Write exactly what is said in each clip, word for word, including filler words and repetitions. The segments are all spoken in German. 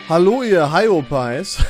Hallo ihr Hyopies.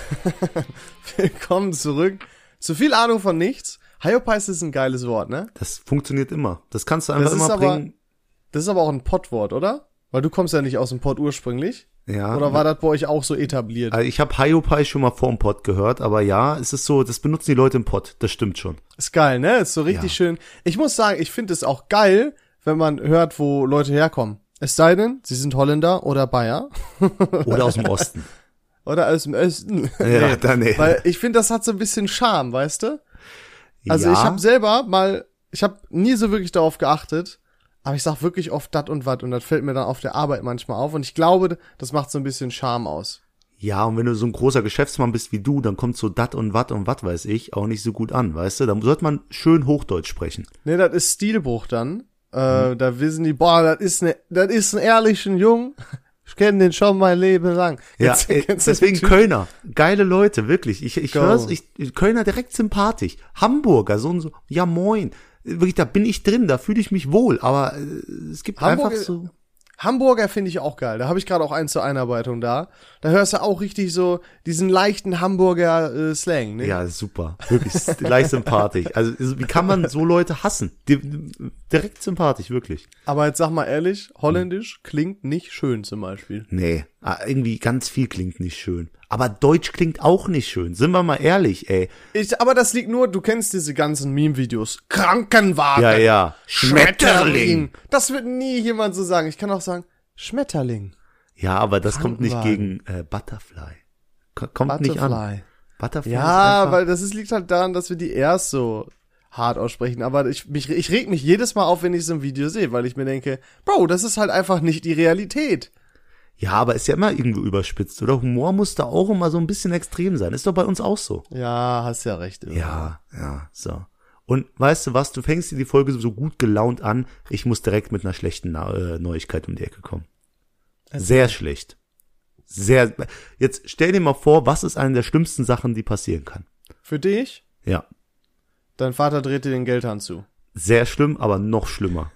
Willkommen zurück. Zu viel Ahnung von nichts. Hyopies ist ein geiles Wort, ne? Das funktioniert immer. Das kannst du einfach immer aber, bringen. Das ist aber auch ein Pottwort, oder? Weil du kommst ja nicht aus dem Pott ursprünglich. Ja. Oder war das bei euch auch so etabliert? Also ich habe Hyopies schon mal vor dem Pott gehört, aber ja, es ist so, das benutzen die Leute im Pott. Das stimmt schon. Ist geil, ne? Ist so richtig ja. schön. Ich muss sagen, ich finde es auch geil, wenn man hört, wo Leute herkommen. Es sei denn, sie sind Holländer oder Bayer. Oder aus dem Osten. Oder aus dem Osten. Ja, nee. dann nee. Weil ich finde, das hat so ein bisschen Charme, weißt du? Also ja. ich habe selber mal, ich habe nie so wirklich darauf geachtet, aber ich sag wirklich oft dat und wat und das fällt mir dann auf der Arbeit manchmal auf und ich glaube, das macht so ein bisschen Charme aus. Ja, und wenn du so ein großer Geschäftsmann bist wie du, dann kommt so dat und wat und wat weiß ich auch nicht so gut an, weißt du? Da sollte man schön Hochdeutsch sprechen. Nee, das ist Stilbruch dann. Äh, hm. Da wissen die, boah, das ist ne, das ist ein ehrlichen Jung. Ich kenne den schon mein Leben lang. Jetzt, ja, ey, deswegen Kölner. Geile Leute, wirklich. Ich, ich hör's, ich, Kölner direkt sympathisch. Hamburger, so und so, ja moin. Wirklich, da bin ich drin, da fühle ich mich wohl. Aber äh, es gibt Hamburg, einfach so. Hamburger finde ich auch geil. Da habe ich gerade auch eins zur Einarbeitung da. Da hörst du auch richtig so diesen leichten Hamburger äh, Slang, ne? Ja, super. Wirklich leicht sympathisch. Also wie kann man so Leute hassen? Die, direkt sympathisch, wirklich. Aber jetzt sag mal ehrlich, Holländisch hm. klingt nicht schön zum Beispiel. Nee, irgendwie ganz viel klingt nicht schön. Aber Deutsch klingt auch nicht schön. Sind wir mal ehrlich, ey. Ich, aber das liegt nur, du kennst diese ganzen Meme-Videos. Krankenwagen. Ja, ja. Schmetterling. Das wird nie jemand so sagen. Ich kann auch sagen, Schmetterling. Ja, aber das kommt nicht gegen äh, Butterfly. Kommt Butterfly. nicht an. Butterfly. Ja, weil das ist, liegt halt daran, dass wir die erst so hart aussprechen. Aber ich, mich, ich reg mich jedes Mal auf, wenn ich so ein Video sehe, weil ich mir denke, Bro, das ist halt einfach nicht die Realität. Ja, aber ist ja immer irgendwo überspitzt, oder? Humor muss da auch immer so ein bisschen extrem sein. Ist doch bei uns auch so. Ja, hast ja recht. Immer. Ja, ja, so. Und weißt du was, du fängst dir die Folge so gut gelaunt an, ich muss direkt mit einer schlechten äh, Neuigkeit um die Ecke kommen. Sehr schlecht. Sehr, jetzt stell dir mal vor, was ist eine der schlimmsten Sachen, die passieren kann? Für dich? Ja. Dein Vater dreht dir den Geldhahn zu. Sehr schlimm, aber noch schlimmer.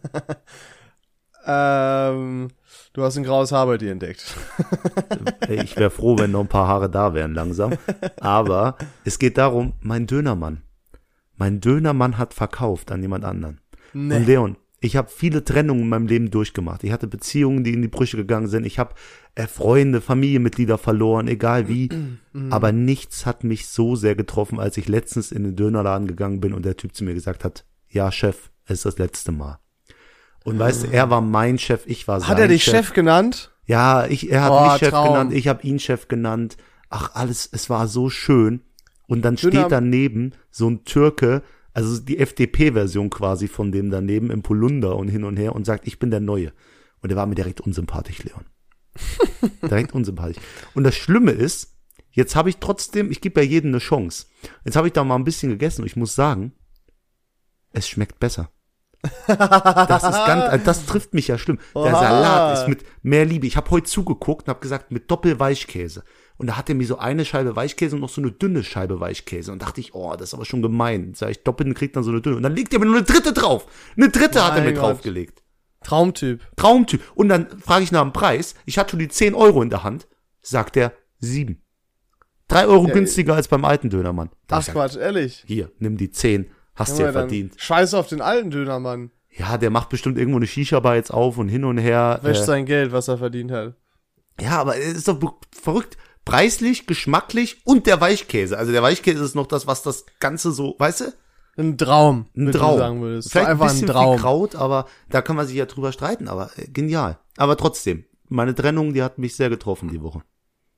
ähm... Du hast ein graues Haar bei dir entdeckt. Ich wäre froh, wenn noch ein paar Haare da wären langsam. Aber es geht darum, mein Dönermann. Mein Dönermann hat verkauft an jemand anderen. Nee. Und Leon, ich habe viele Trennungen in meinem Leben durchgemacht. Ich hatte Beziehungen, die in die Brüche gegangen sind. Ich habe äh, Freunde, Familienmitglieder verloren, egal wie. Aber nichts hat mich so sehr getroffen, als ich letztens in den Dönerladen gegangen bin und der Typ zu mir gesagt hat, ja Chef, es ist das letzte Mal. Und weißt du, er war mein Chef, ich war sein Chef. Hat er dich Chef, Chef genannt? Ja, ich, er hat oh, mich Chef Traum. genannt, ich habe ihn Chef genannt. Ach, alles, es war so schön. Und dann Dünner. steht daneben so ein Türke, also die F D P-Version quasi von dem daneben im Polunder und hin und her und sagt, ich bin der Neue. Und er war mir direkt unsympathisch, Leon. Direkt unsympathisch. Und das Schlimme ist, jetzt habe ich trotzdem, ich gebe ja jedem eine Chance. Jetzt habe ich da mal ein bisschen gegessen und ich muss sagen, es schmeckt besser. Das ist ganz, das trifft mich ja schlimm. Der Oha. Salat ist mit mehr Liebe. Ich habe heute zugeguckt und habe gesagt, mit Doppelweichkäse. Und da hat er mir so eine Scheibe Weichkäse und noch so eine dünne Scheibe Weichkäse. Und dachte ich, oh, das ist aber schon gemein. Sag ich, doppelt kriegt dann so eine dünne. Und dann legt er mir nur eine dritte drauf. Eine dritte mein hat er mir Gott. draufgelegt. Traumtyp. Traumtyp. Und dann frage ich nach dem Preis. Ich hatte schon die zehn Euro in der Hand. Sagt er, sieben. Drei Euro ja, günstiger als beim alten Dönermann. Da ach Quatsch, sag, ehrlich? Hier, nimm die zehn. Hast du ja verdient. Scheiß auf den alten Dönermann. Ja, der macht bestimmt irgendwo eine Shisha-Bar jetzt auf und hin und her. Wäscht äh, sein Geld, was er verdient hat. Ja, aber es ist doch verrückt. Preislich, geschmacklich und der Weichkäse. Also der Weichkäse ist noch das, was das Ganze so, weißt du? Ein Traum, ein Traum. Du sagen würdest. Vielleicht einfach ein bisschen ein Traum. viel Kraut, aber da kann man sich ja drüber streiten. Aber äh, genial. Aber trotzdem, meine Trennung, die hat mich sehr getroffen die Woche.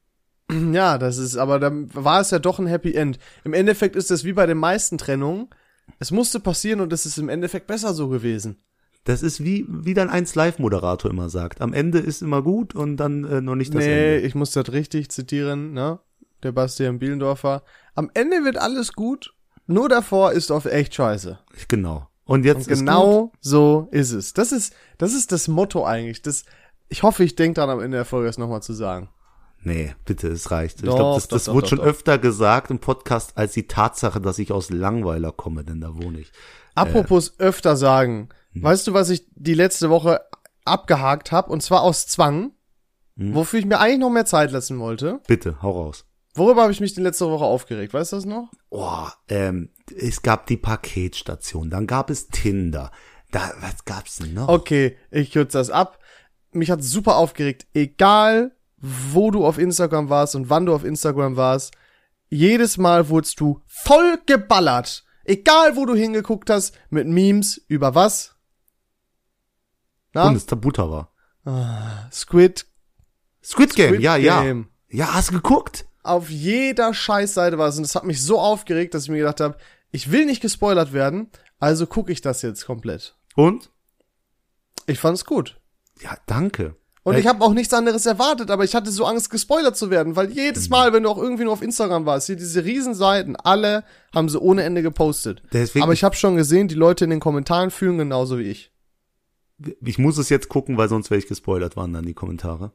Ja, das ist, aber dann war es ja doch ein Happy End. Im Endeffekt ist das wie bei den meisten Trennungen. Es musste passieren und es ist im Endeffekt besser so gewesen. Das ist wie, wie dein eins Live-Moderator immer sagt. Am Ende ist immer gut und dann äh, noch nicht das nee, Ende. Nee, ich muss das richtig zitieren, ne? Der Bastian Bielendorfer. Am Ende wird alles gut, nur davor ist auf echt scheiße. Genau. Und jetzt und genau ist gut. So ist es. Das ist, das ist das Motto eigentlich. Das, ich hoffe, ich denke dran, am Ende der Folge das nochmal zu sagen. Nee, bitte, es reicht. Doch, ich glaube, das, doch, das doch, wurde doch, schon doch. öfter gesagt im Podcast als die Tatsache, dass ich aus Langweiler komme, denn da wohne ich. Apropos äh, öfter sagen. Hm. Weißt du, was ich die letzte Woche abgehakt habe? Und zwar aus Zwang. hm. wofür ich mir eigentlich noch mehr Zeit lassen wollte. Bitte, hau raus. Worüber habe ich mich die letzte Woche aufgeregt? Weißt du das noch? Oh, ähm, es gab die Paketstation, dann gab es Tinder. Da, was gab's denn noch? Okay, ich kürze das ab. Mich hat super aufgeregt. Egal, wo du auf Instagram warst und wann du auf Instagram warst, jedes Mal wurdest du voll geballert. Egal, wo du hingeguckt hast, mit Memes über was? Na? Und es da Butter war. Ah, Squid. Squid Game, Squid ja, Game. ja. Ja, hast du geguckt? Auf jeder Scheißseite war es und das hat mich so aufgeregt, dass ich mir gedacht habe, ich will nicht gespoilert werden, also gucke ich das jetzt komplett. Und? Ich fand's gut. Ja, danke. Und ich habe auch nichts anderes erwartet, aber ich hatte so Angst, gespoilert zu werden, weil jedes Mal, wenn du auch irgendwie nur auf Instagram warst, hier diese Riesenseiten, alle haben sie ohne Ende gepostet. Deswegen, aber ich habe schon gesehen, die Leute in den Kommentaren fühlen genauso wie ich. Ich muss es jetzt gucken, weil sonst wäre ich gespoilert, waren dann die Kommentare.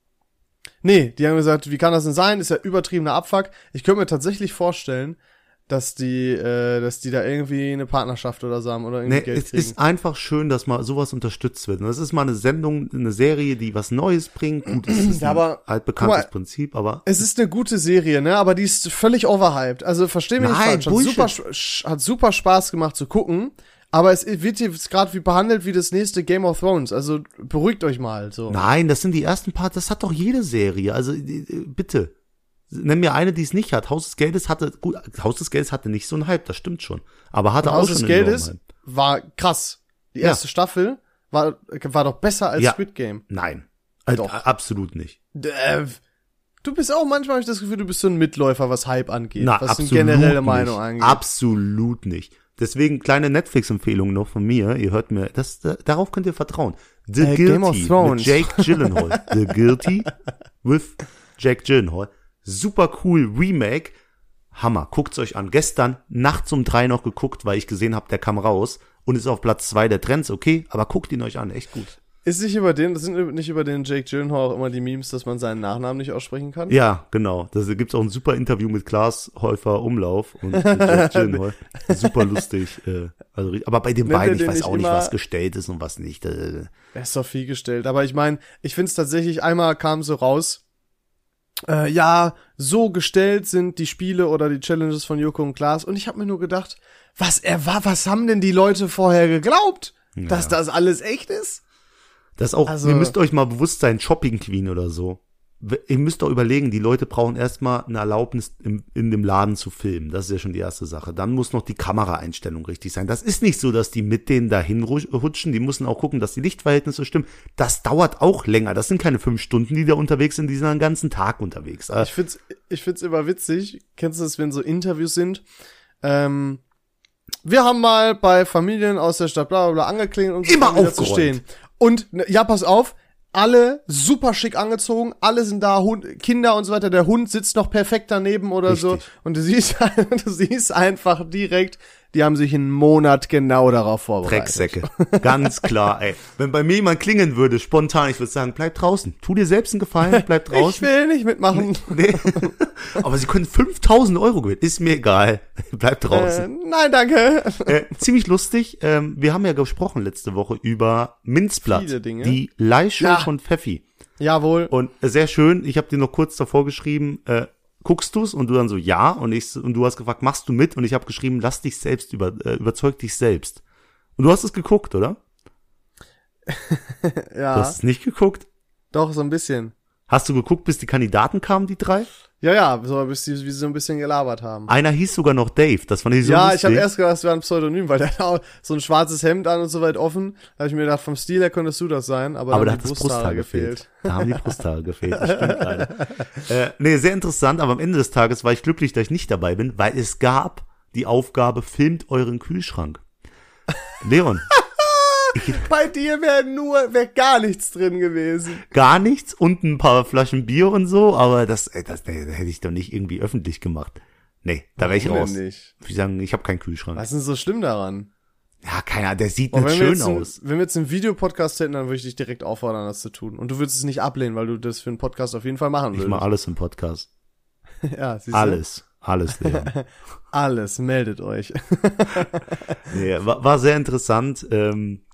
Nee, die haben gesagt, wie kann das denn sein? Ist ja übertriebener Abfuck. Ich könnte mir tatsächlich vorstellen, dass die, äh, dass die da irgendwie eine Partnerschaft oder so haben oder irgendwie nee, Geld es kriegen. ist einfach schön, dass mal sowas unterstützt wird. Und das ist mal eine Sendung, eine Serie, die was Neues bringt. Gut, das ist ja, aber, ein altbekanntes mal, Prinzip, aber es ist eine gute Serie, ne? Aber die ist völlig overhyped. Also versteh mich Nein, nicht falsch. Hat super, hat super Spaß gemacht zu gucken. Aber es wird jetzt gerade wie behandelt wie das nächste Game of Thrones. Also beruhigt euch mal. So. Nein, das sind die ersten Parts. Das hat doch jede Serie. Also bitte. Nenn mir eine, die es nicht hat. Haus des Geldes hatte, gut, Haus des Geldes hatte nicht so einen Hype, das stimmt schon. Aber hatte auch schon einen Haus des Geldes war krass. Die erste ja. Staffel war, war doch besser als ja. Squid Game. Nein. Also, doch. Absolut nicht. Äh, du bist auch manchmal, habe ich das Gefühl, du bist so ein Mitläufer, was Hype angeht. Na, was absolut eine generelle nicht. Meinung angeht. Absolut nicht. Deswegen kleine Netflix-Empfehlung noch von mir. Ihr hört mir, das, da, darauf könnt ihr vertrauen. The äh, Guilty mit Jake Gyllenhaal. The Guilty with Jake Gyllenhaal. Super cool Remake. Hammer. Guckt's euch an. Gestern nachts um drei noch geguckt, weil ich gesehen habe, der kam raus und ist auf Platz zwei der Trends. Okay, aber guckt ihn euch an. Echt gut. Ist nicht über den, das sind nicht über den Jake Gyllenhaal auch immer die Memes, dass man seinen Nachnamen nicht aussprechen kann? Ja, genau. Da gibt's auch ein super Interview mit Klaas Häufer Umlauf und Jake Gyllenhaal. Super lustig. Äh, also, aber bei den Nennt beiden, den ich weiß nicht auch nicht, immer, was gestellt ist und was nicht. Äh. Er ist doch viel gestellt. Aber ich meine, ich find's tatsächlich, einmal kam so raus, äh, ja, so gestellt sind die Spiele oder die Challenges von Joko und Klaas. Und ich habe mir nur gedacht, was er war, was haben denn die Leute vorher geglaubt? Ja. Dass das alles echt ist? Das auch, also, ihr müsst euch mal bewusst sein, Shopping Queen oder so. Ihr müsst doch überlegen, die Leute brauchen erstmal eine Erlaubnis, im, in dem Laden zu filmen. Das ist ja schon die erste Sache. Dann muss noch die Kameraeinstellung richtig sein. Das ist nicht so, dass die mit denen dahin rutschen. Die müssen auch gucken, dass die Lichtverhältnisse stimmen. Das dauert auch länger. Das sind keine fünf Stunden, die da unterwegs sind. Die sind den ganzen Tag unterwegs. Ich find's, ich find's immer witzig. Kennst du das, wenn so Interviews sind? Ähm, wir haben mal bei Familien aus der Stadt bla bla bla angeklingelt, um immer wieder zu stehen. Und, ja, pass auf, alle super schick angezogen, alle sind da, Hund, Kinder und so weiter, der Hund sitzt noch perfekt daneben oder Richtig. so. Und du siehst, du siehst einfach direkt, die haben sich einen Monat genau darauf vorbereitet. Drecksäcke. Ganz klar, ey. Wenn bei mir jemand klingeln würde, spontan, ich würde sagen, bleib draußen. Tu dir selbst einen Gefallen, bleib draußen. Ich will nicht mitmachen. Nee. Aber sie können fünftausend Euro gewinnen. Ist mir egal. Bleib draußen. Äh, nein, danke. Äh, ziemlich lustig. Ähm, wir haben ja gesprochen letzte Woche über Minzblatt. Viele Dinge. Die Leihshow ja. von Pfeffi. Jawohl. Und äh, sehr schön. Ich habe dir noch kurz davor geschrieben, äh, guckst du's? Und du dann so, ja. Und ich und du hast gefragt, machst du mit? Und ich habe geschrieben, lass dich selbst über, äh, überzeug dich selbst. Und du hast es geguckt, oder? Ja. Du hast es nicht geguckt? Doch, so ein bisschen. Hast du geguckt, bis die Kandidaten kamen, die drei? Ja, ja, so, bis die, wie sie so ein bisschen gelabert haben. Einer hieß sogar noch Dave, das fand ich so ja, lustig. Ja, ich habe erst gedacht, das wäre ein Pseudonym, weil der hat auch so ein schwarzes Hemd an und so weit offen. Da habe ich mir gedacht, vom Stil her könntest du das sein, aber, aber da haben die Brusthaare, Brusthaare gefehlt. gefehlt. Da haben die Brusthaare gefehlt, das stimmt leider. Äh, nee, sehr interessant, aber am Ende des Tages war ich glücklich, dass ich nicht dabei bin, weil es gab die Aufgabe, filmt euren Kühlschrank. Leon. Bei dir wäre nur, wäre gar nichts drin gewesen. Gar nichts und ein paar Flaschen Bier und so, aber das, das, das hätte ich doch nicht irgendwie öffentlich gemacht. Nee, da wäre ich raus. Nicht? Ich sagen, ich habe keinen Kühlschrank. Was ist denn so schlimm daran? Ja, keiner, der sieht nicht schön aus. Ein, wenn wir jetzt einen Videopodcast hätten, dann würde ich dich direkt auffordern, das zu tun. Und du würdest es nicht ablehnen, weil du das für einen Podcast auf jeden Fall machen würdest. Ich mache alles im Podcast. Ja, siehst du? Alles. Alles, Leon. Alles, meldet euch. Nee, war, war sehr interessant. Ähm,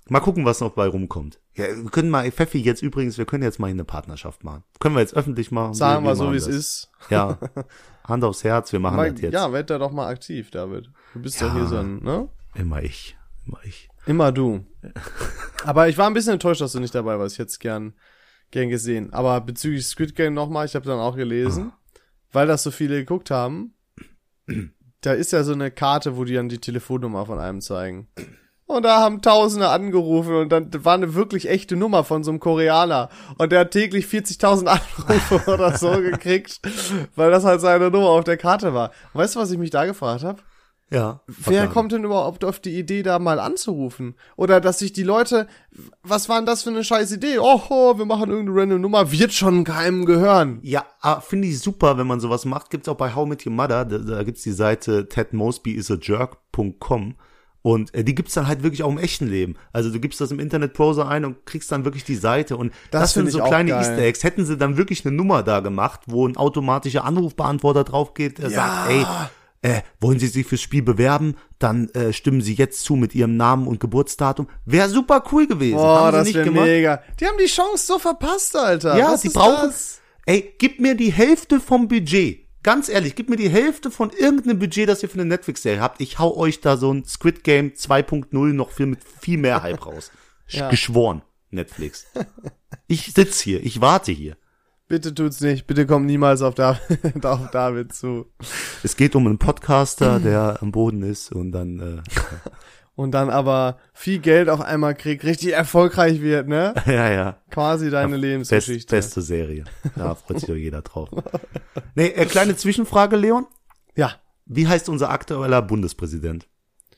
Mal gucken, was noch bei rumkommt. Ja, wir können mal, Pfeffi, jetzt übrigens, wir können jetzt mal eine Partnerschaft machen. Können wir jetzt öffentlich machen. Sagen wir so, wie das. es ist. Ja, Hand aufs Herz, wir machen mal, das jetzt. Ja, werd da doch mal aktiv, David. Du bist ja, doch hier so ein, ne? Immer ich, immer ich. Immer du. Aber ich war ein bisschen enttäuscht, dass du nicht dabei warst. Ich hätte es gern, gern gesehen. Aber bezüglich Squid Game nochmal, ich habe dann auch gelesen, oh. weil das so viele geguckt haben, da ist ja so eine Karte, wo die dann die Telefonnummer von einem zeigen. Und da haben Tausende angerufen und dann war eine wirklich echte Nummer von so einem Koreaner. Und der hat täglich vierzigtausend Anrufe oder so gekriegt, weil das halt seine Nummer auf der Karte war. Und weißt du, was ich mich da gefragt habe? Ja. Wer verkauft. Kommt denn überhaupt auf die Idee, da mal anzurufen? Oder dass sich die Leute, was war denn das für eine scheiß Idee? Oh, oh wir machen irgendeine random Nummer, wird schon keinem gehören. Ja, finde ich super, wenn man sowas macht. Gibt's auch bei How I Met Your Mother, da, da gibt's die Seite ted mosby is a jerk punkt com. Und äh, die gibt's dann halt wirklich auch im echten Leben. Also du gibst das im Internet-Browser ein und kriegst dann wirklich die Seite. Und das, das sind so kleine Easter Eggs. Hätten sie dann wirklich eine Nummer da gemacht, wo ein automatischer Anrufbeantworter drauf geht, der ja. sagt, ey, äh, wollen Sie sich fürs Spiel bewerben? Dann äh, stimmen Sie jetzt zu mit Ihrem Namen und Geburtsdatum. Wäre super cool gewesen. Boah, haben sie das wäre mega. Die haben die Chance so verpasst, Alter. Ja, Was die ist brauchen, das? Ey, gib mir die Hälfte vom Budget. Ganz ehrlich, gib mir die Hälfte von irgendeinem Budget, das ihr für eine Netflix-Serie habt. Ich hau euch da so ein Squid Game zwei Punkt null noch viel mit viel mehr Hype raus. Ja. Geschworen, Netflix. Ich sitz hier, ich warte hier. Bitte tut's nicht, bitte komm niemals auf David, auf David zu. Es geht um einen Podcaster, der am Boden ist und dann äh, und dann aber viel Geld auf einmal kriegt, richtig erfolgreich wird, ne? Ja, ja. Quasi deine ja, Lebensgeschichte. Best, beste Serie. Da freut sich doch jeder drauf. Nee, äh, kleine Zwischenfrage, Leon. Ja. Wie heißt unser aktueller Bundespräsident?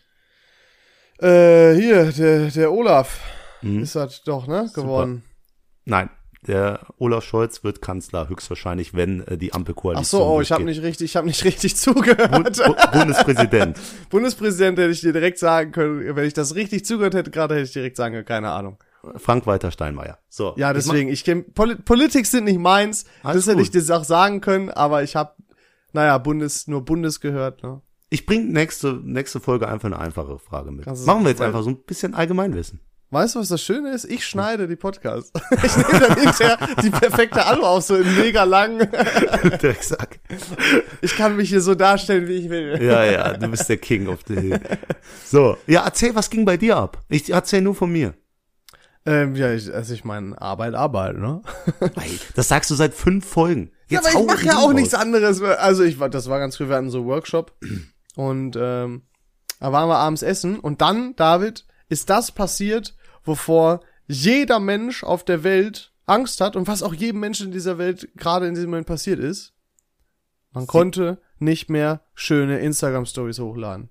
Äh, hier, der, der Olaf. Hm. Ist das doch, ne? Geworden. Super. Nein. Der Olaf Scholz wird Kanzler, höchstwahrscheinlich, wenn äh, die Ampelkoalition Ach so, oh, ich habe nicht richtig, ich habe nicht richtig zugehört. Bund, Bundespräsident. Bundespräsident hätte ich dir direkt sagen können, wenn ich das richtig zugehört hätte, gerade hätte ich direkt sagen können, keine Ahnung. Frank-Walter Steinmeier. So. Ja, deswegen, ich kenn, Poli- Politik sind nicht meins, Alles das hätte gut. Ich dir auch sagen können, aber ich habe, naja, Bundes, nur Bundes gehört, ne? Ich bring nächste, nächste Folge einfach eine einfache Frage mit. Kannst Machen wir jetzt einfach so ein bisschen Allgemeinwissen. Weißt du, was das Schöne ist? Ich schneide die Podcasts. Ich nehme dann hinterher die perfekte Allo auf, so in mega lang. Drecksack. Ich kann mich hier so darstellen, wie ich will. Ja, ja, du bist der King of the Hill. So, ja, erzähl, was ging bei dir ab? Ich erzähl nur von mir. Ähm, ja, ich, also ich meine, Arbeit, Arbeit, ne? Das sagst du seit fünf Folgen. Jetzt ja, aber ich mache ja auch nichts anderes. Also ich war, das war ganz früh, wir hatten so einen Workshop und ähm, da waren wir abends essen und dann, David, ist das passiert, wovor jeder Mensch auf der Welt Angst hat und was auch jedem Menschen in dieser Welt gerade in diesem Moment passiert ist. Man Sie- konnte nicht mehr schöne Instagram-Stories hochladen.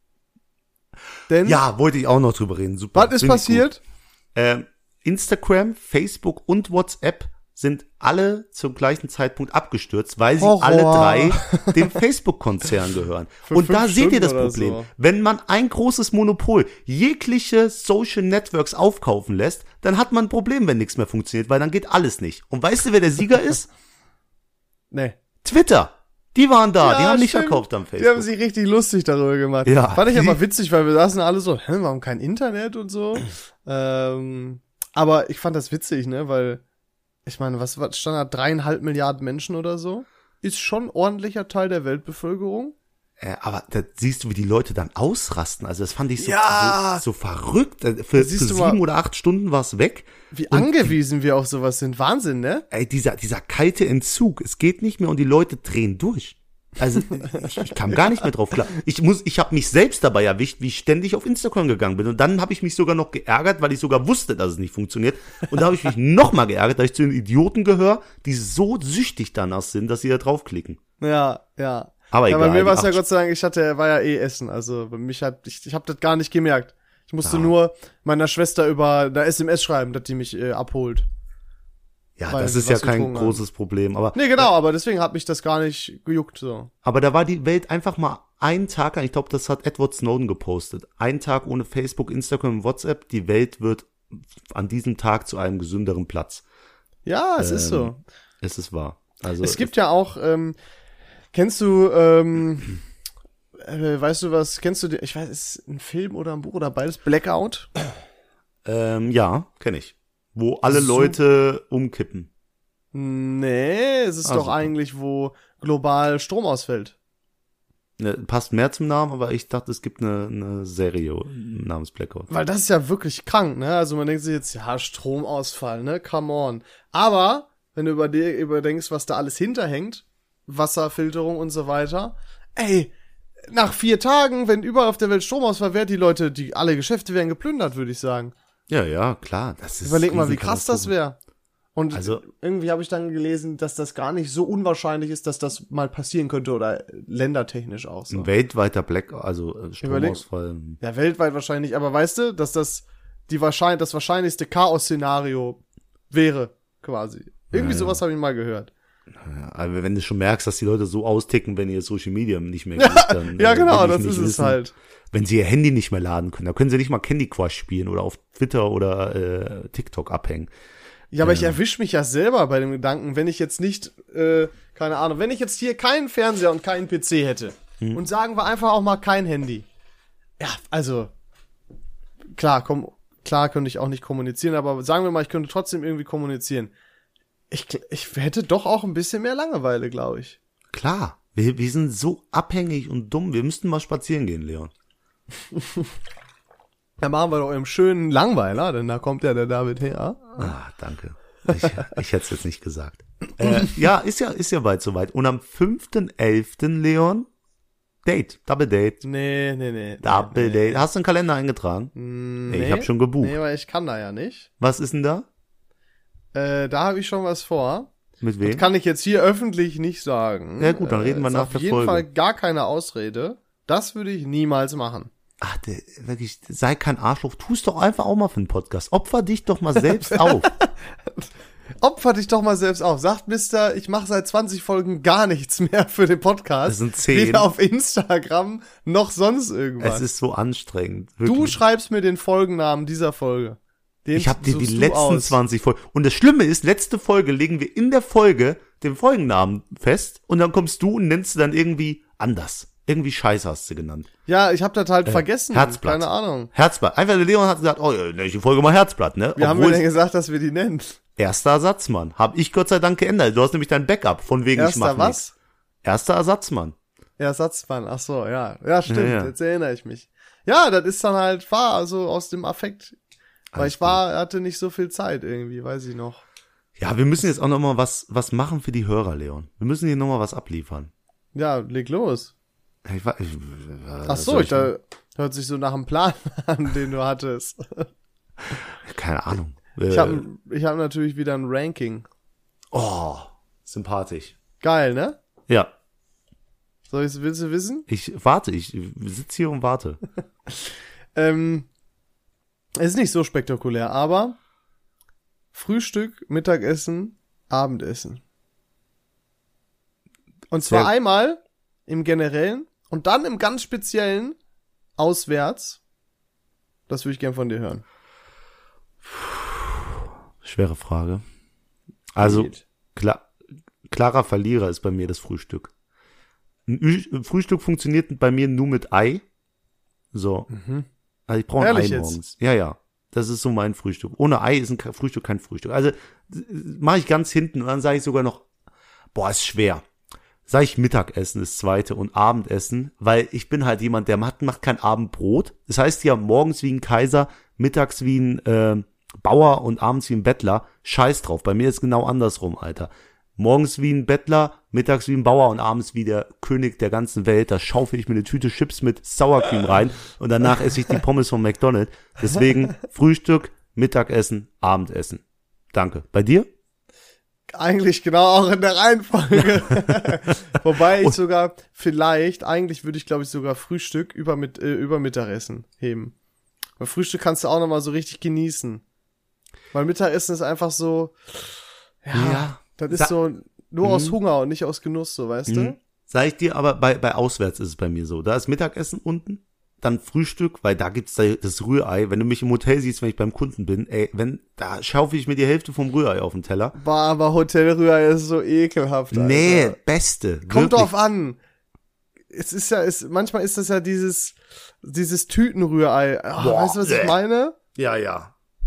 Denn ja, wollte ich auch noch drüber reden. Super. Was ist passiert? Ähm, Instagram, Facebook und WhatsApp sind alle zum gleichen Zeitpunkt abgestürzt, weil sie Horror. alle drei dem Facebook-Konzern gehören. Für und da seht ihr das Stunden Problem. so. Wenn man ein großes Monopol, jegliche Social Networks aufkaufen lässt, dann hat man ein Problem, wenn nichts mehr funktioniert, weil dann geht alles nicht. Und weißt du, wer der Sieger ist? Nee. Twitter. Die waren da, Ja, die haben nicht stimmt. verkauft am Facebook. Die haben sich richtig lustig darüber gemacht. Ja. Fand ich aber witzig, weil wir saßen alle so, hä, warum kein Internet und so? ähm, aber ich fand das witzig, ne, weil ich meine, was, was stand da? Dreieinhalb Milliarden Menschen oder so? Ist schon ein ordentlicher Teil der Weltbevölkerung. Äh, aber da siehst du, wie die Leute dann ausrasten. Also das fand ich so, Ja. so, so verrückt. Für, für Siehst du sieben mal, oder acht Stunden war's weg. Wie Und angewiesen wir auf sowas sind. Wahnsinn, ne? Ey, dieser, dieser kalte Entzug, es geht nicht mehr und die Leute drehen durch. Also ich, ich kam gar nicht mehr drauf klar. Ich muss, ich habe mich selbst dabei erwischt, wie ich ständig auf Instagram gegangen bin. Und dann habe ich mich sogar noch geärgert, weil ich sogar wusste, dass es nicht funktioniert. Und da habe ich mich noch mal geärgert, dass ich zu den Idioten gehöre, die so süchtig danach sind, dass sie da draufklicken. Ja, ja. Aber ja, egal. bei mir war es ja Ach, Gott sei Dank, ich hatte, war ja eh Essen. Also bei mich hat, ich, ich habe das gar nicht gemerkt. Ich musste Ja. nur meiner Schwester über eine S M S schreiben, dass die mich äh, abholt. Ja, weil das sie ist ja was kein getrunken haben. großes Problem. Aber, Nee, genau, aber deswegen hat mich das gar nicht gejuckt, so. aber da war die Welt einfach mal einen Tag, ich glaube, das hat Edward Snowden gepostet. Einen Tag ohne Facebook, Instagram und WhatsApp. Die Welt wird an diesem Tag zu einem gesünderen Platz. Ja, es Ähm, ist so. Es ist wahr. Also Es gibt ja auch, ähm, kennst du, ähm, äh, weißt du was, kennst du, die, ich weiß, ist ein Film oder ein Buch oder beides, Blackout? Ähm, ja, kenne ich. Wo alle So- Leute umkippen. Nee, es ist Ah, doch super. eigentlich, wo global Strom ausfällt. Ne, passt mehr zum Namen, aber ich dachte, es gibt eine, eine Serie namens Blackout. Weil das ist ja wirklich krank, ne? Also man denkt sich jetzt, ja, Stromausfall, ne? Come on. Aber, wenn du über dir überdenkst, was da alles hinterhängt, Wasserfilterung und so weiter, ey, nach vier Tagen, wenn überall auf der Welt Stromausfall wäre, die Leute, die alle Geschäfte wären geplündert, würde ich sagen. Ja, ja, klar. Das ist Überleg mal, wie krass das Riesenkatastrophe. wäre. Und Also- irgendwie habe ich dann gelesen, dass das gar nicht so unwahrscheinlich ist, dass das mal passieren könnte oder ländertechnisch auch so. Ein weltweiter Black, also äh, Stromausfall. Ja, weltweit wahrscheinlich, aber weißt du, dass das die wahrscheinlich das wahrscheinlichste Chaos-Szenario wäre, quasi. Irgendwie Ja, sowas habe ich mal gehört. Ja, aber wenn du schon merkst, dass die Leute so austicken, wenn ihr Social Media nicht mehr geht, dann Ja, äh, genau, will ich das nicht ist es wissen. halt. Wenn sie ihr Handy nicht mehr laden können, dann können sie nicht mal Candy Crush spielen oder auf Twitter oder äh, TikTok abhängen. Ja, aber ich erwische mich ja selber bei dem Gedanken, wenn ich jetzt nicht, äh, keine Ahnung, wenn ich jetzt hier keinen Fernseher und keinen P C hätte Hm. und sagen wir einfach auch mal kein Handy. Ja, also, klar, komm, klar könnte ich auch nicht kommunizieren, aber sagen wir mal, ich könnte trotzdem irgendwie kommunizieren. Ich, ich hätte doch auch ein bisschen mehr Langeweile, glaube ich. Klar, wir, wir sind so abhängig und dumm. Wir müssten mal spazieren gehen, Leon. Dann machen wir doch einen schönen Langweiler, denn da kommt ja der David her. Ah, danke. Ich, ich hätte es jetzt nicht gesagt. Äh, ja, ist ja, ist ja bald soweit. Und am fünften elften Leon, Date, Double Date. Nee, nee, nee. Double nee, Date. Hast du einen Kalender eingetragen? nee. Nee, ich hab schon gebucht. Nee, weil ich kann da ja nicht. Was ist denn da? Äh, da habe ich schon was vor. Mit wem? Das kann ich jetzt hier öffentlich nicht sagen. Ja gut, dann reden wir ist nach auf der jeden Folge. Fall gar keine Ausrede. Das würde ich niemals machen. Ach, der, wirklich, sei kein Arschloch. Tu's doch einfach auch mal für einen Podcast. Opfer dich doch mal selbst auf. Opfer dich doch mal selbst auf. Sagt Mister, ich mache seit zwanzig Folgen gar nichts mehr für den Podcast. Das sind zehn. Weder auf Instagram noch sonst irgendwas. Es ist so anstrengend. Du Wirklich. schreibst mir den Folgennamen dieser Folge. Den Ich habe dir die suchst du letzten aus. zwanzig Folgen. Und das Schlimme ist, letzte Folge legen wir in der Folge den Folgennamen fest und dann kommst du und nennst du dann irgendwie anders. Irgendwie Scheiße hast du genannt. Ja, ich habe das halt vergessen. Herzblatt. Keine Ahnung. Herzblatt. Einfach der Leon hat gesagt, oh, ja, nenn ich die Folge mal Herzblatt, ne? Wie haben wir Obwohl denn gesagt, dass wir die nennen? erster Ersatzmann. Hab ich Gott sei Dank geändert. Du hast nämlich dein Backup, von wegen ich mach Erster was? nichts. Erster Ersatzmann. Ersatzmann, ach so, ja. Ja, stimmt, Ja, ja. jetzt erinnere ich mich. Ja, das ist dann halt, war also aus dem Affekt. Weil Alles ich war, hatte nicht so viel Zeit irgendwie, weiß ich noch. Ja, wir müssen jetzt auch noch mal was, was machen für die Hörer, Leon. Wir müssen hier noch mal was abliefern. Ja, leg los. Ich, wa- ich, Ach so, ich, da hört sich so nach einem Plan an, den du hattest. keine Ahnung. Ich Äh, habe ich hab natürlich wieder ein Ranking. oh, sympathisch. Geil, ne? Ja, Soll ich, willst du wissen? ich warte, ich sitze hier und warte. Ähm, es ist nicht so spektakulär, aber Frühstück, Mittagessen, Abendessen. Und zwar Sehr- einmal im Generellen und dann im ganz Speziellen auswärts. Das würde ich gern von dir hören. Schwere Frage. Also, Geht. klar, klarer Verlierer ist bei mir das Frühstück. Ein Ü ein Frühstück funktioniert bei mir nur mit Ei. So. Also ich brauche ein Ei Ehrlich jetzt? morgens. Ja, ja. Das ist so mein Frühstück. Ohne Ei ist ein Ke- Frühstück kein Frühstück. Also mache ich ganz hinten und dann sage ich sogar noch, boah, ist schwer. Sag ich Mittagessen das zweite und Abendessen, weil ich bin halt jemand, der macht, macht kein Abendbrot. Das heißt ja morgens wie ein Kaiser, mittags wie ein äh, Bauer und abends wie ein Bettler. Scheiß drauf. Bei mir ist genau andersrum, Alter. Morgens wie ein Bettler, mittags wie ein Bauer und abends wie der König der ganzen Welt. Da schaufel ich mir eine Tüte Chips mit Sour Cream rein und danach esse ich die Pommes von McDonald's. Deswegen Frühstück, Mittagessen, Abendessen. Danke. Bei dir? Eigentlich genau auch in der Reihenfolge. Wobei ich sogar vielleicht, eigentlich würde ich glaube ich sogar Frühstück über, mit, äh, über Mittagessen heben. Weil Frühstück kannst du auch nochmal so richtig genießen. Weil Mittagessen ist einfach so, ja, Ja. das ist Sa- so nur aus Hunger und nicht aus Genuss, so, weißt du? Mhm. Sag ich dir, aber bei, bei Auswärts ist es bei mir so. Da ist Mittagessen unten, dann Frühstück, weil da gibt's da das Rührei. Wenn du mich im Hotel siehst, wenn ich beim Kunden bin, ey, wenn, da schaufel ich mir die Hälfte vom Rührei auf den Teller. Boah, aber Hotelrührei ist so ekelhaft, Alter. Nee, beste. Kommt wirklich. drauf an. Es ist ja, es, manchmal ist das ja dieses, dieses Tütenrührei. Ah, Boah, weißt du, was ich nee. meine? Ja, ja.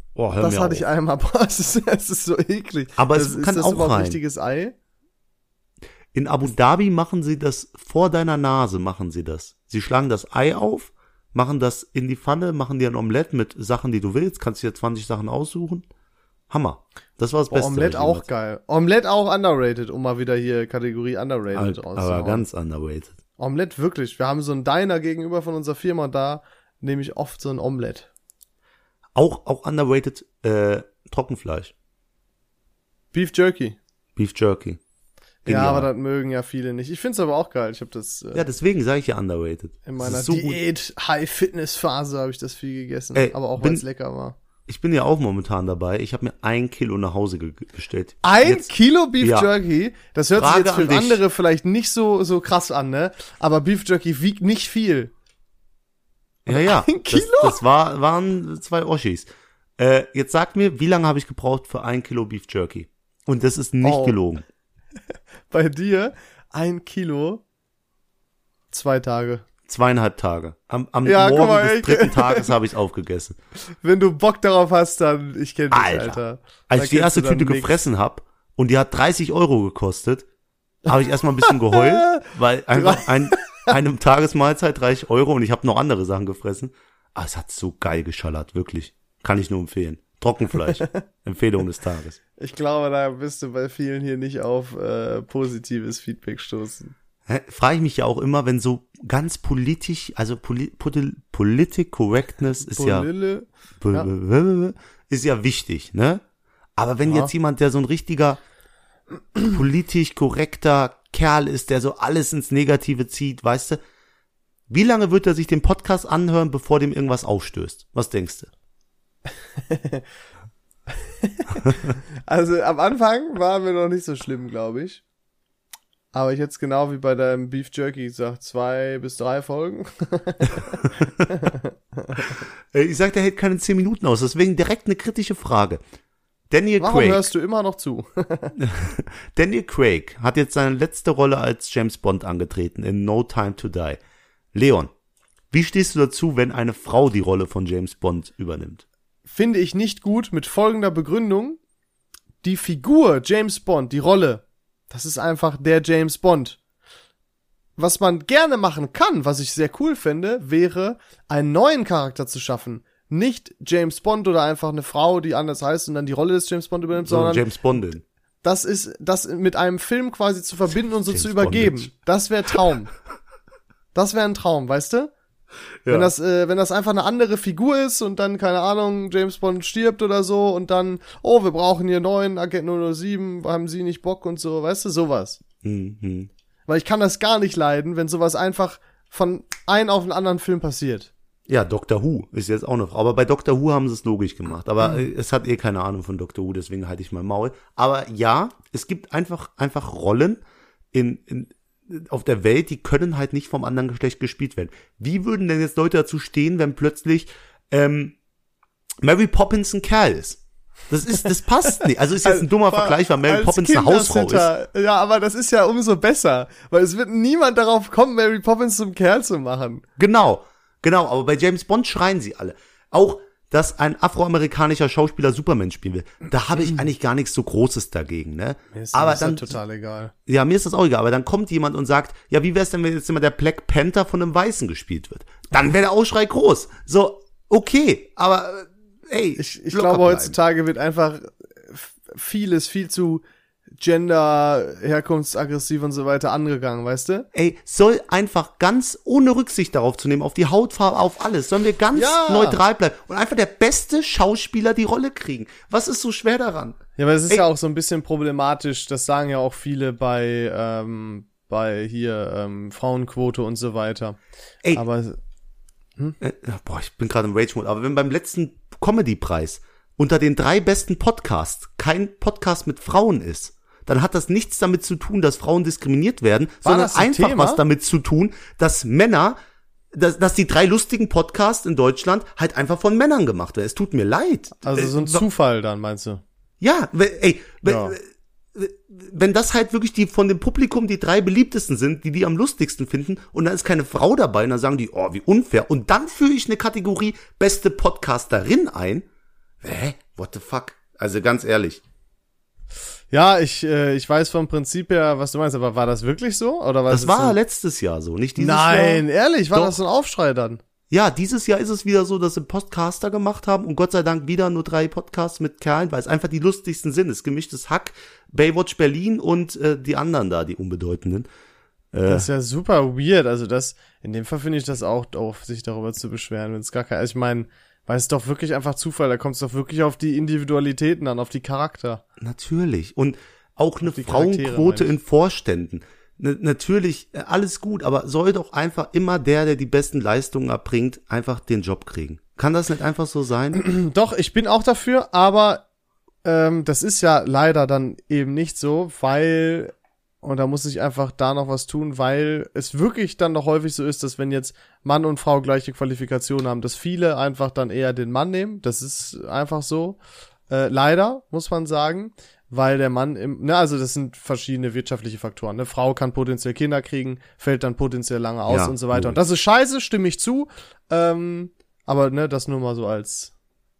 Oh, hör das mir hatte auf. ich einmal. Boah, es ist, es ist so eklig. Aber das, es ist kann das auch überhaupt rein. richtiges Ei? In Abu Dhabi machen sie das, vor deiner Nase machen sie das. Sie schlagen das Ei auf, machen das in die Pfanne, machen dir ein Omelett mit Sachen, die du willst, kannst dir zwanzig Sachen aussuchen. Hammer. Das war das Boah, Beste. Omelette was ich auch jemals- geil. Omelette auch underrated, um mal wieder hier Kategorie underrated Aber, rauszuhauen. aber ganz underrated. Omelette wirklich. Wir haben so einen Diner gegenüber von unserer Firma, da nehme ich oft so ein Omelette. Auch, auch underrated, äh, Trockenfleisch. Beef Jerky. Beef Jerky. Genial. Ja, aber das mögen ja viele nicht. Ich find's aber auch geil. Ich habe das äh, Ja, deswegen sage ich ja underrated. in Das meiner ist so gut. Diät-High-Fitness-Phase habe ich das viel gegessen. Ey, aber auch bin- weil es lecker war. Ich bin ja auch momentan dabei. Ich habe mir ein Kilo nach Hause ge- bestellt. Ein Jetzt- Kilo Beef ja. Jerky, das hört Frage sich jetzt für an dich. andere vielleicht nicht so so krass an, ne? Aber Beef Jerky wiegt nicht viel. Ja, ja. Ein Kilo? Das, das war, waren zwei Oschis. Äh, jetzt sag mir, wie lange habe ich gebraucht für ein Kilo Beef Jerky? Und das ist nicht Oh. gelogen. Bei dir ein Kilo, zwei Tage. Zweieinhalb Tage. Am, am Ja, guck Morgen mal, des ey. dritten Tages habe ich es aufgegessen. Wenn du Bock darauf hast, dann, ich kenn dich, Alter. Alter. Als Da ich die kennst erste du dann Tüte nix. gefressen hab und die hat dreißig Euro gekostet, habe ich erstmal ein bisschen geheult, weil einfach ein, einem Tagesmahlzeit dreißig Euro und ich habe noch andere Sachen gefressen. Aber es hat so geil geschallert, wirklich. Kann ich nur empfehlen. Trockenfleisch. Empfehlung des Tages. Ich glaube, da bist du bei vielen hier nicht auf äh, positives Feedback stoßen. Frage ich mich ja auch immer, wenn so ganz politisch, also Poli Poli Politic Correctness ist ja, Polille. ist ja wichtig, ne? Aber wenn Ja. jetzt jemand, der so ein richtiger politisch korrekter Kerl ist, der so alles ins Negative zieht, weißt du, wie lange wird er sich den Podcast anhören, bevor dem irgendwas aufstößt? Was denkst du? Also am Anfang waren wir noch nicht so schlimm, glaube ich. Aber ich hätte es genau wie bei deinem Beef Jerky gesagt, zwei bis drei Folgen. Äh, Ich sag, der hält keine zehn Minuten aus, deswegen direkt eine kritische Frage. Daniel Warum Craig. hörst du immer noch zu? Daniel Craig hat jetzt seine letzte Rolle als James Bond angetreten in No Time to Die. Leon, wie stehst du dazu, wenn eine Frau die Rolle von James Bond übernimmt? Finde ich nicht gut mit folgender Begründung. Die Figur James Bond, die Rolle, das ist einfach der James Bond. Was man gerne machen kann, was ich sehr cool fände, wäre, einen neuen Charakter zu schaffen. Nicht James Bond oder einfach eine Frau, die anders heißt und dann die Rolle des James Bond übernimmt, So sondern James Bondin. das ist, das mit einem Film quasi zu verbinden und so James zu übergeben. Bondage. Das wäre Traum. Das wäre ein Traum, weißt du? Ja. Wenn das, äh, wenn das einfach eine andere Figur ist und dann, keine Ahnung, James Bond stirbt oder so und dann, oh, wir brauchen hier neuen Agent null null sieben, haben Sie nicht Bock und so, weißt du, sowas. Mhm. Weil ich kann das gar nicht leiden, wenn sowas einfach von einem auf den anderen Film passiert. Ja, Doctor Who ist jetzt auch eine Frau. Aber bei Doctor Who haben sie es logisch gemacht. Aber äh, es hat eh keine Ahnung von Doctor Who, deswegen halte ich mein Maul. Aber ja, es gibt einfach einfach Rollen in, in auf der Welt, die können halt nicht vom anderen Geschlecht gespielt werden. Wie würden denn jetzt Leute dazu stehen, wenn plötzlich ähm, Mary Poppins ein Kerl ist? Das ist, das passt nicht. Also ist jetzt ein dummer Vergleich, weil Mary Als Poppins eine Hausfrau ist. Kindersitter. Ja, aber das ist ja umso besser, weil es wird niemand darauf kommen, Mary Poppins zum Kerl zu machen. Genau, genau, aber bei James Bond schreien sie alle. Auch, dass ein afroamerikanischer Schauspieler Superman spielen will. Da habe ich eigentlich gar nichts so Großes dagegen, ne? Mir ist aber das dann, total egal. ja, mir ist das auch egal, aber dann kommt jemand und sagt, ja, wie wär's denn, wenn jetzt immer der Black Panther von einem Weißen gespielt wird? Dann wäre der Aufschrei groß. So, okay, aber, äh, ey. Ich, ich locker glaube, bleiben. heutzutage wird einfach f- vieles viel zu Gender, herkunftsaggressiv und so weiter angegangen, weißt du? Ey, soll einfach ganz ohne Rücksicht darauf zu nehmen, auf die Hautfarbe, auf alles, sollen wir ganz Ja. neutral bleiben und einfach der beste Schauspieler die Rolle kriegen. Was ist so schwer daran? Ja, aber es ist Ey. ja auch so ein bisschen problematisch, das sagen ja auch viele bei, ähm, bei hier, ähm, Frauenquote und so weiter. Ey, Aber, Äh, boah, ich bin gerade im Rage-Mode, aber wenn beim letzten Comedy-Preis unter den drei besten Podcasts kein Podcast mit Frauen ist, dann hat das nichts damit zu tun, dass Frauen diskriminiert werden, War sondern das ein einfach Thema? was damit zu tun, dass Männer, dass, dass die drei lustigen Podcasts in Deutschland halt einfach von Männern gemacht werden. Es tut mir leid. also so ein Äh, Zufall dann, meinst du? Ja, we- ey, we- Ja. wenn das halt wirklich die von dem Publikum die drei beliebtesten sind, die die am lustigsten finden und dann ist keine Frau dabei und dann sagen die, oh, wie unfair. Und dann führe ich eine Kategorie beste Podcasterin ein. Hä? What the fuck? Also ganz ehrlich. Ja, ich, äh, ich weiß vom Prinzip her, was du meinst, aber war das wirklich so? Oder war Das es war so? letztes Jahr so, nicht dieses Jahr. Nein, ehrlich, war Doch. das so ein Aufschrei dann? Ja, dieses Jahr ist es wieder so, dass sie Podcaster gemacht haben und Gott sei Dank wieder nur drei Podcasts mit Kerlen, weil es einfach die lustigsten sind. Es ist gemischtes Hack, Baywatch Berlin und äh, die anderen da, die unbedeutenden. Äh, Das ist ja super weird. Also das, in dem Fall finde ich das auch doof, sich darüber zu beschweren, wenn es gar kein, also ich meine, weil es ist doch wirklich einfach Zufall, da kommt es doch wirklich auf die Individualitäten an, auf die Charakter. Natürlich. Und auch eine die Charaktere, Frauenquote meine in Vorständen. N- natürlich, äh, alles gut, aber soll doch einfach immer der, der die besten Leistungen erbringt, einfach den Job kriegen. Kann das nicht einfach so sein? Doch, ich bin auch dafür, aber ähm, das ist ja leider dann eben nicht so, weil, und da muss ich einfach da noch was tun, weil es wirklich dann noch häufig so ist, dass wenn jetzt Mann und Frau gleiche Qualifikationen haben, dass viele einfach dann eher den Mann nehmen. Das ist einfach so. Äh, leider, muss man sagen, weil der Mann im, ne, also das sind verschiedene wirtschaftliche Faktoren. Eine Frau kann potenziell Kinder kriegen, fällt dann potenziell lange aus Ja, und so weiter. logisch. Und das ist scheiße, stimme ich zu. Ähm, aber ne, das nur mal so als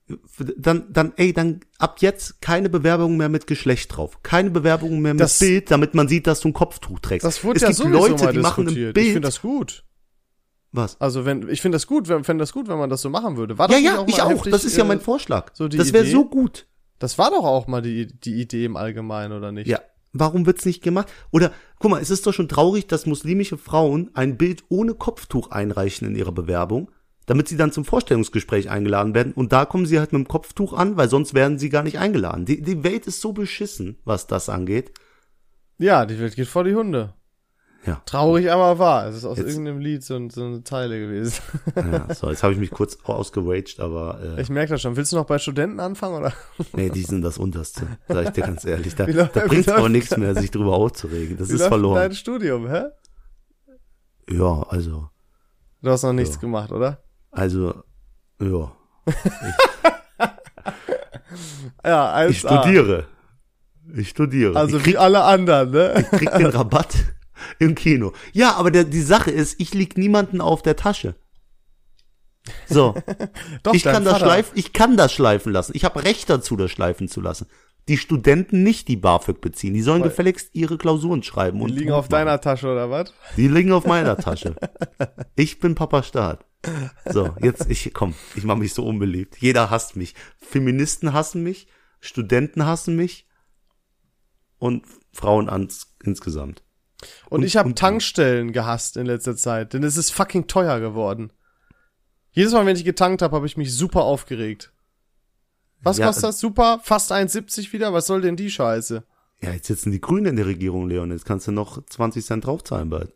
Dann, dann, ey, dann ab jetzt keine Bewerbungen mehr mit Geschlecht drauf. Keine Bewerbungen mehr mit Das- Bild, damit man sieht, dass du ein Kopftuch trägst. Das wurde es ja gibt sowieso Leute, mal die machen ein diskutiert. Bild. Ich finde das gut. Was? Also wenn ich finde das gut, wenn fände das gut, wenn man das so machen würde. War das Ja, nicht ja, auch ich mal auch. heftig, Das ist ja äh, mein Vorschlag. so die das wäre Idee? so gut. Das war doch auch mal die die Idee im Allgemeinen, oder nicht? Ja. Warum wird's nicht gemacht? Oder, guck mal, es ist doch schon traurig, dass muslimische Frauen ein Bild ohne Kopftuch einreichen in ihrer Bewerbung, damit sie dann zum Vorstellungsgespräch eingeladen werden. Und da kommen sie halt mit dem Kopftuch an, weil sonst werden sie gar nicht eingeladen. Die, die Welt ist so beschissen, was das angeht. Ja, die Welt geht vor die Hunde. Ja. Traurig, aber wahr. Es ist aus Jetzt- irgendeinem Lied so, so eine Zeile gewesen. Ja, so, jetzt habe ich mich kurz ausgeraged, aber äh, Ich merke das schon. Willst du noch bei Studenten anfangen, oder? nee, die sind das Unterste, sag ich dir ganz ehrlich. Da, Wie läuft- da wie bringt's aber läuft- nichts mehr, sich drüber aufzuregen. Das Wie ist läuft denn verloren. dein Studium, hä? Ja, also, Du hast noch nichts Ja. gemacht, oder? also, ja. Ja, eins Ich studiere. Ich studiere. Also ich krieg, wie alle anderen, ne? krieg den Rabatt im Kino. Ja, aber der, die Sache ist, ich lieg niemanden auf der Tasche. So, Doch, ich dein kann das Vater. schleifen, ich kann das schleifen lassen. Ich habe Recht dazu, das schleifen zu lassen. Die Studenten nicht, die BAföG beziehen. Die sollen Weil- gefälligst ihre Klausuren schreiben. Die und liegen gut auf machen. deiner Tasche, oder was? Die liegen auf meiner Tasche. Ich bin Papa Staat. So, jetzt, ich, komm, ich mache mich so unbeliebt. Jeder hasst mich. Feministen hassen mich, Studenten hassen mich und Frauen ans, insgesamt. Und, Und- ich habe und- Tankstellen gehasst in letzter Zeit, denn es ist fucking teuer geworden. Jedes Mal, wenn ich getankt habe, habe ich mich super aufgeregt. Was Ja, kostet das? Super? Fast eins siebzig wieder? Was soll denn die Scheiße? Ja, jetzt sitzen die Grünen in der Regierung, Leon. Jetzt kannst du noch zwanzig Cent draufzahlen bald.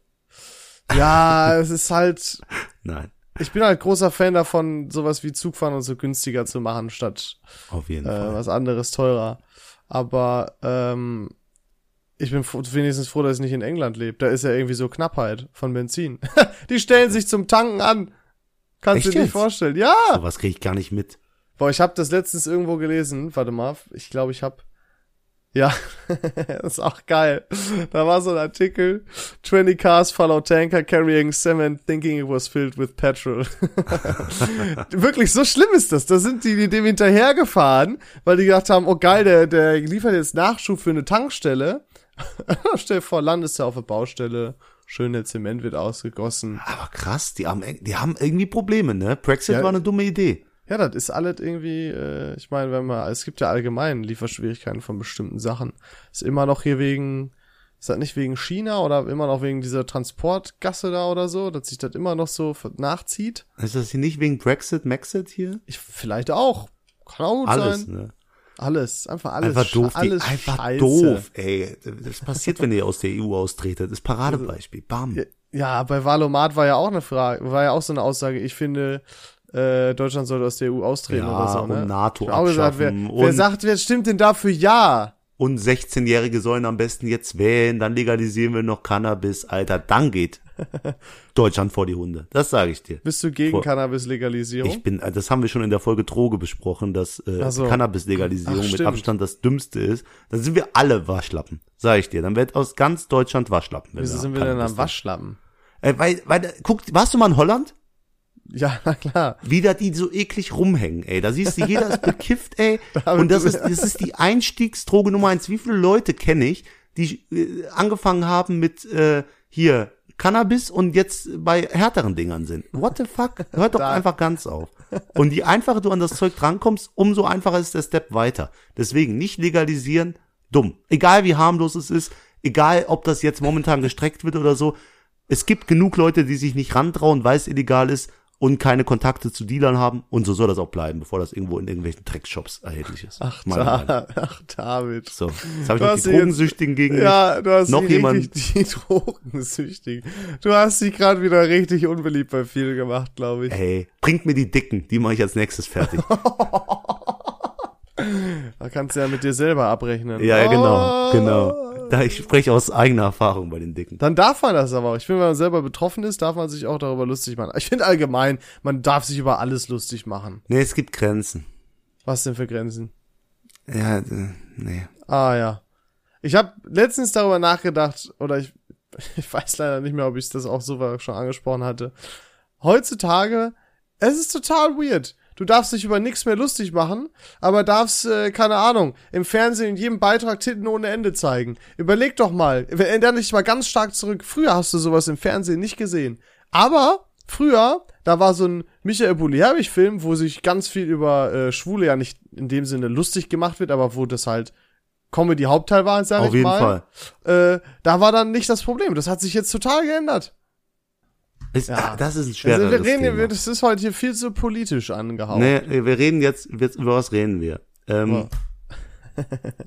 Ja, es ist halt, Nein, ich bin halt großer Fan davon, sowas wie Zugfahren und so günstiger zu machen, statt auf jeden äh, Fall. was anderes teurer. Aber ähm, ich bin froh, wenigstens froh, dass ich nicht in England lebe. Da ist ja irgendwie so Knappheit von Benzin. Die stellen sich zum Tanken an. Kannst du Echt dir nicht jetzt? vorstellen. Ja! Sowas kriege ich gar nicht mit. Boah, ich habe das letztens irgendwo gelesen. Warte mal, ich glaube, ich habe ja, das ist auch geil. Da war so ein Artikel. twenty cars follow tanker carrying cement thinking it was filled with petrol. Wirklich, so schlimm ist das. Da sind die, die dem hinterhergefahren, weil die gedacht haben, oh geil, der, der liefert jetzt Nachschub für eine Tankstelle. Stell dir vor, landest du auf der Baustelle, schön der Zement wird ausgegossen. Aber krass, die haben, die haben irgendwie Probleme, ne? Brexit Ja. war eine dumme Idee. Ja, das ist alles irgendwie, äh, ich meine, wenn man, es gibt ja allgemein Lieferschwierigkeiten von bestimmten Sachen. Ist immer noch hier wegen, ist das nicht wegen China oder immer noch wegen dieser Transportgasse da oder so, dass sich das immer noch so nachzieht? Ist das hier nicht wegen Brexit, Maxit hier? Ich, vielleicht auch. Kann auch gut Alles, sein. ne? Alles, einfach alles. Einfach doof, Sch- alles die, einfach Scheiße. doof, ey. Das passiert, wenn ihr aus der E U austretet. Das ist Paradebeispiel. Bam. Ja, bei Valomat war ja auch eine Frage, war ja auch so eine Aussage, ich finde, äh, Deutschland sollte aus der E U austreten Ja, oder so, ne? und NATO Ich hab auch gesagt, wer, abschaffen wer und- sagt, wer stimmt denn dafür ja? Und sechzehnjährige sollen am besten jetzt wählen, dann legalisieren wir noch Cannabis, Alter. Dann geht Deutschland vor die Hunde. Das sage ich dir. Bist du gegen Vor- Cannabis-Legalisierung? Ich bin, das haben wir schon in der Folge Droge besprochen, dass äh, Ach so. Cannabis-Legalisierung Ach, mit stimmt. Abstand das Dümmste ist. Dann sind wir alle Waschlappen, sag ich dir. Dann wird aus ganz Deutschland Waschlappen. wenn Wieso wir sind wir denn Cannabis am Waschlappen? Äh, weil, weil, guck, warst du mal in Holland? Ja, na klar. Wie da die so eklig rumhängen, ey. Da siehst du, jeder ist bekifft, ey. Und das ist, das ist die Einstiegsdroge Nummer eins. Wie viele Leute kenne ich, die äh, angefangen haben mit, äh, hier, Cannabis und jetzt bei härteren Dingern sind. What the fuck? Hört doch einfach ganz auf. Und je einfacher du an das Zeug drankommst, umso einfacher ist der Step weiter. Deswegen nicht legalisieren, dumm. Egal wie harmlos es ist, egal ob das jetzt momentan gestreckt wird oder so. Es gibt genug Leute, die sich nicht rantrauen, weil es illegal ist und keine Kontakte zu Dealern haben. Und so soll das auch bleiben, bevor das irgendwo in irgendwelchen Dreckshops erhältlich ist. Ach, da, ach David. So, jetzt habe ich noch die Drogensüchtigen gegen ja, du hast noch jemand. Die Drogensüchtigen. Du hast dich gerade wieder richtig unbeliebt bei vielen gemacht, glaube ich. Ey, bringt mir die Dicken, die mache ich als nächstes fertig. Da kannst du ja mit dir selber abrechnen. Ja, ja, genau, genau. Da ich spreche aus eigener Erfahrung bei den Dicken. Dann darf man das aber auch. Ich finde, wenn man selber betroffen ist, darf man sich auch darüber lustig machen. Ich finde allgemein, man darf sich über alles lustig machen. Nee, es gibt Grenzen. Was denn für Grenzen? Ja, äh, nee. Ah, ja. Ich habe letztens darüber nachgedacht, oder ich, ich weiß leider nicht mehr, ob ich das auch so schon angesprochen hatte. Heutzutage, es ist total weird. Du darfst dich über nichts mehr lustig machen, aber darfst, äh, keine Ahnung, im Fernsehen in jedem Beitrag Titten ohne Ende zeigen. Überleg doch mal, erinnere dich mal ganz stark zurück. Früher hast du sowas im Fernsehen nicht gesehen. Aber früher, da war so ein Michael Bulli-Herbig-Film, wo sich ganz viel über äh, Schwule ja nicht in dem Sinne lustig gemacht wird, aber wo das halt Comedy-Hauptteil war, sag ich mal. Auf jeden Fall. Äh, da war dann nicht das Problem. Das hat sich jetzt total geändert. Ist, ja. ach, das ist ein schweres also wir reden, Thema. Das ist heute hier viel zu politisch angehaucht. Nee, wir reden jetzt, jetzt über was reden wir? Ähm, oh.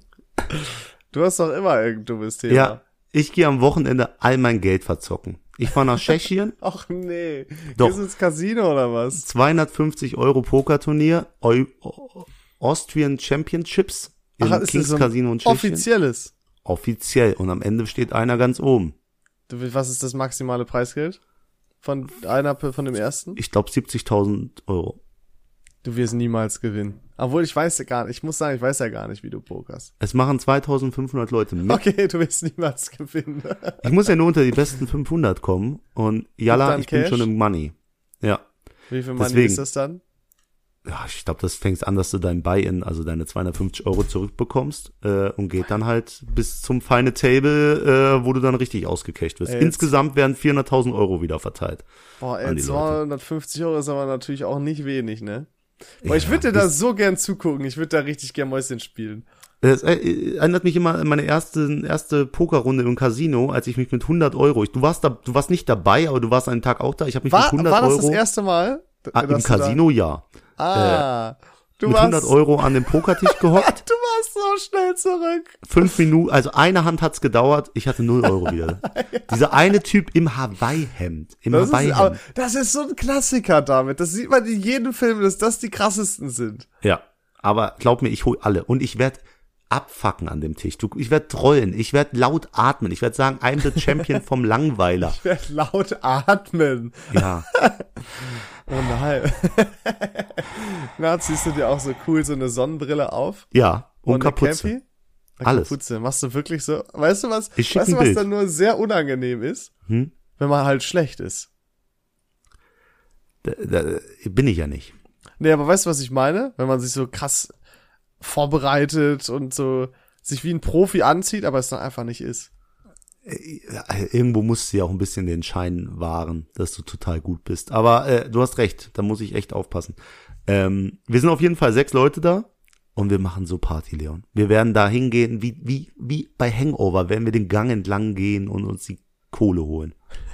Du hast doch immer irgendein dummes Thema. Ja, ich gehe am Wochenende all mein Geld verzocken. Ich fahre nach Tschechien. Ach nee. Doch. Gehst ins Casino oder was? zweihundertfünfzig Euro Pokerturnier, Eu- Austrian Championships im Ach, ist Kings das so ein Casino in Tschechien. Offizielles. Offiziell. Und am Ende steht einer ganz oben. Du, was ist das maximale Preisgeld? Von einer, von dem ersten? Ich glaube siebzigtausend Euro. Du wirst niemals gewinnen. Obwohl, ich weiß ja gar nicht, ich muss sagen, ich weiß ja gar nicht, wie du pokerst. Es machen zweitausendfünfhundert Leute mit. Okay, du wirst niemals gewinnen. Ich muss ja nur unter die besten fünfhundert kommen und Jalla, ich Cash? bin schon im Money. Ja. Wie viel Money Deswegen, ist das dann? Ja, ich glaube, das fängt an, dass du dein Buy-in, also deine zweihundertfünfzig Euro zurückbekommst äh, und geht dann halt bis zum Final Table, äh, wo du dann richtig ausgecasht wirst. Ey, insgesamt werden vierhunderttausend Euro wieder verteilt. Boah, ey, zweihundertfünfzig Euro ist aber natürlich auch nicht wenig, ne? Boah, ja, ich würde dir da so gern zugucken. Ich würde da richtig gern Mäuschen spielen. Es erinnert mich immer an meine erste, erste Pokerrunde im Casino, als ich mich mit hundert Euro, ich, du warst da, du warst nicht dabei, aber du warst einen Tag auch da, ich habe mich war, mit hundert Euro. War das das erste Mal? Ah, im Casino, ja. Ah. Äh, du mit warst, hundert Euro an dem Pokertisch gehockt. Du warst so schnell zurück. Fünf Minuten, also eine Hand hat's gedauert, ich hatte null Euro wieder. Ja. Dieser eine Typ im Hawaii-Hemd. Im das Hawaii-Hemd. Ist, das ist so ein Klassiker damit. Das sieht man in jedem Film, dass das die krassesten sind. Ja, aber glaub mir, ich hol alle. Und ich werd abfacken an dem Tisch. Du, ich werd trollen, ich werd laut atmen. Ich werd sagen, I'm the champion vom Langweiler. Ich werd laut atmen. Ja. Oh nein. Na, ziehst du dir auch so cool so eine Sonnenbrille auf? Ja, und, und Kapuze. Eine Alles. Kapuze. Machst du wirklich so? Weißt du was? Ich weißt du, was Bild. dann nur sehr unangenehm ist? Hm? Wenn man halt schlecht ist. Da, da bin ich ja nicht. Nee, aber weißt du, was ich meine? Wenn man sich so krass vorbereitet und so sich wie ein Profi anzieht, aber es dann einfach nicht ist. Irgendwo musst du ja auch ein bisschen den Schein wahren, dass du total gut bist. Aber äh, du hast recht, da muss ich echt aufpassen. Ähm, wir sind auf jeden Fall sechs Leute da und wir machen so Party, Leon. Wir werden da hingehen, wie wie wie bei Hangover, werden wir den Gang entlang gehen und uns die Kohle holen.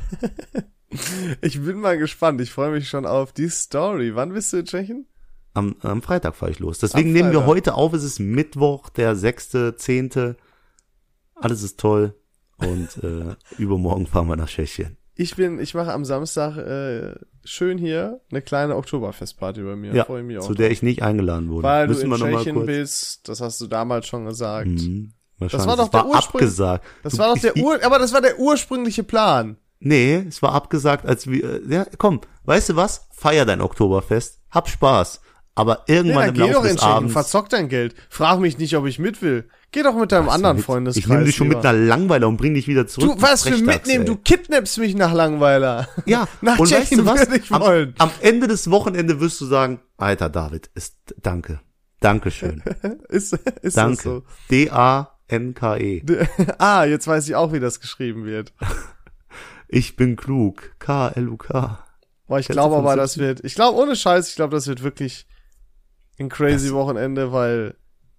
Ich bin mal gespannt, ich freue mich schon auf die Story. Wann bist du in Tschechien? Am, am Freitag fahre ich los. Deswegen nehmen wir heute auf, es ist Mittwoch, der sechste, zehnte. Alles ist toll. Und äh, übermorgen fahren wir nach Tschechien. Ich bin, ich mache am Samstag äh, schön hier eine kleine Oktoberfestparty bei mir. Ja, Freue ich mich auch zu der ich nicht eingeladen wurde. Weil Müssen du in wir Tschechien noch mal kurz bist, das hast du damals schon gesagt. Mhm, das war doch das war der Ursprung. abgesagt. Das du, war doch der ich, Ur, aber das war der ursprüngliche Plan. Nee, es war abgesagt, als wir, ja, komm, weißt du was? Feier dein Oktoberfest, hab Spaß. Aber irgendwann nee, im dann geh Laufe doch in des Tschechien, Abends. verzock dein Geld. Frag mich nicht, ob ich mit will. Geh doch mit deinem Was anderen mit? Freundeskreis. Ich nehme dich schon lieber. mit einer Langweiler und bring dich wieder zurück. Du, was für Frechdachs, mitnehmen? ey. Du kidnappst mich nach Langweiler. Ja, nach und Jane weißt du was? würde ich Am, wollen. am Ende des Wochenende wirst du sagen, Alter David, ist, danke. Dankeschön. ist ist Danke. das so? D A N K E. Ah, jetzt weiß ich auch, wie das geschrieben wird. Ich bin klug. K L U K. Boah, ich Kennst glaube du von aber, das Simpsons? wird, ich glaube, ohne Scheiß, ich glaube, das wird wirklich ein crazy Das- Wochenende, weil,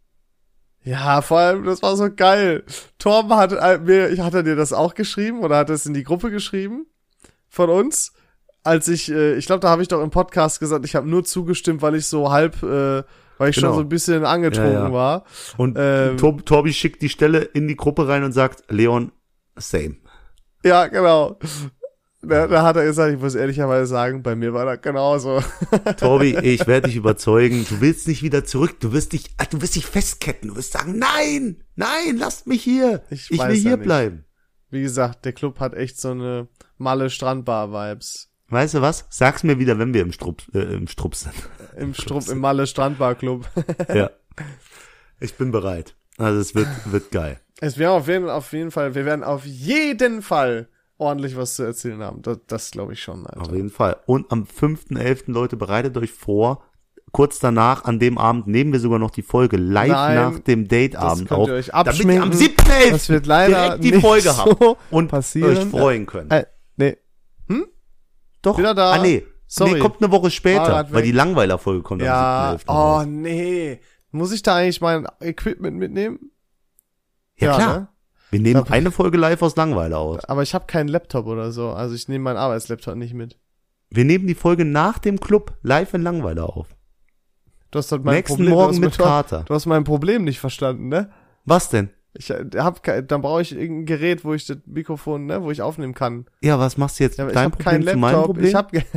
ja, vor allem, das war so geil. Torben hat äh, mir, hat er dir das auch geschrieben oder hat er es in die Gruppe geschrieben von uns? Als ich, äh, ich glaube, da habe ich doch im Podcast gesagt, ich habe nur zugestimmt, weil ich so halb, äh, weil ich Genau. schon so ein bisschen angetrunken Ja, ja. war. Und Ähm, Tor, Torbi schickt die Stelle in die Gruppe rein und sagt, Leon, same. Ja, genau. Da, da hat er gesagt, ich muss ehrlicherweise sagen, bei mir war das genauso. Torbi, ich werde dich überzeugen, du willst nicht wieder zurück, du wirst dich, du wirst dich festketten, du wirst sagen, nein, nein, lasst mich hier, Ich ich, weiß will ja hier nicht. bleiben. Wie gesagt, der Club hat echt so eine Malle-Strandbar-Vibes. Weißt du was? Sag's mir wieder, wenn wir im Strupp, äh, im Strupp sind. Im Strupp, im Malle-Strandbar-Club. Ja. Ich bin bereit. Also es wird, wird geil. Es wäre auf jeden, auf jeden Fall, wir werden auf jeden Fall ordentlich was zu erzählen haben. Das, das glaube ich schon, Alter. Auf jeden Fall. Und am fünften elften Leute, bereitet euch vor. Kurz danach, an dem Abend, nehmen wir sogar noch die Folge live Nein, nach dem Dateabend könnt auf. ihr euch damit ihr abschminken. am siebten elften Das wird leider direkt die nicht Folge so habt und passieren. euch freuen könnt. Äh, nee. Doch. wieder da. Ah, nee. Sorry. Nee, kommt eine Woche später, Fahrrad weg. weil die Langweiler-Folge kommt Ja, am siebten elften oh raus. nee. Muss ich da eigentlich mein Equipment mitnehmen? Ja, ja, klar. ne? Wir nehmen Da- eine Folge live aus Langweiler aus. Aber ich habe keinen Laptop oder so. Also ich nehme meinen Arbeitslaptop nicht mit. Wir nehmen die Folge nach dem Club live in Langweiler auf. Du hast halt mein Nächsten Problem, du Morgen hast mit mein- Kater. Du hast mein Problem nicht verstanden, ne? Was denn? Ich äh, hab kein, dann brauche ich irgendein Gerät, wo ich das Mikrofon, ne, wo ich aufnehmen kann. Ja, was machst du jetzt? Ja, aber ich Dein habe keinen Problem zu meinem Laptop. Problem? Ich hab ge-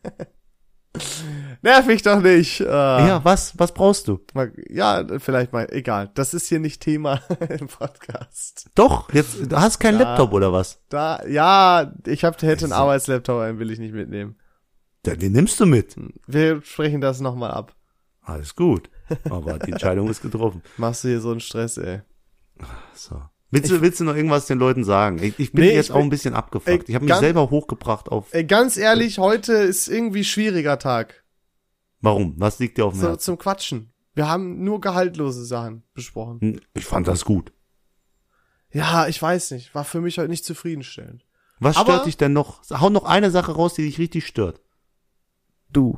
Nerv mich doch nicht. Äh, ja, was? Was brauchst du? mal, ja, vielleicht mal. Egal. Das ist hier nicht Thema im Podcast. Doch, jetzt, du hast keinen Ja. Laptop oder was? Da, ja, ich hab, hätte einen Also. Arbeitslaptop, einen will ich nicht mitnehmen. Ja, den nimmst du mit. Wir sprechen das nochmal ab. Alles gut. Aber die Entscheidung ist getroffen. Machst du hier so einen Stress, ey. So. Willst du, willst du noch irgendwas den Leuten sagen? Ich, ich bin Nee, jetzt ich auch bin- ein bisschen abgefuckt. ey, Ich habe mich ganz- selber hochgebracht auf. Ey, ganz ehrlich, heute ist irgendwie schwieriger Tag. Warum? Was liegt dir auf dem So, Herzen? zum Quatschen. Wir haben nur gehaltlose Sachen besprochen. Hm, Ich fand das gut. Ja, ich weiß nicht. War für mich heute nicht zufriedenstellend. Was Aber- stört dich denn noch? Hau noch eine Sache raus, die dich richtig stört. Du.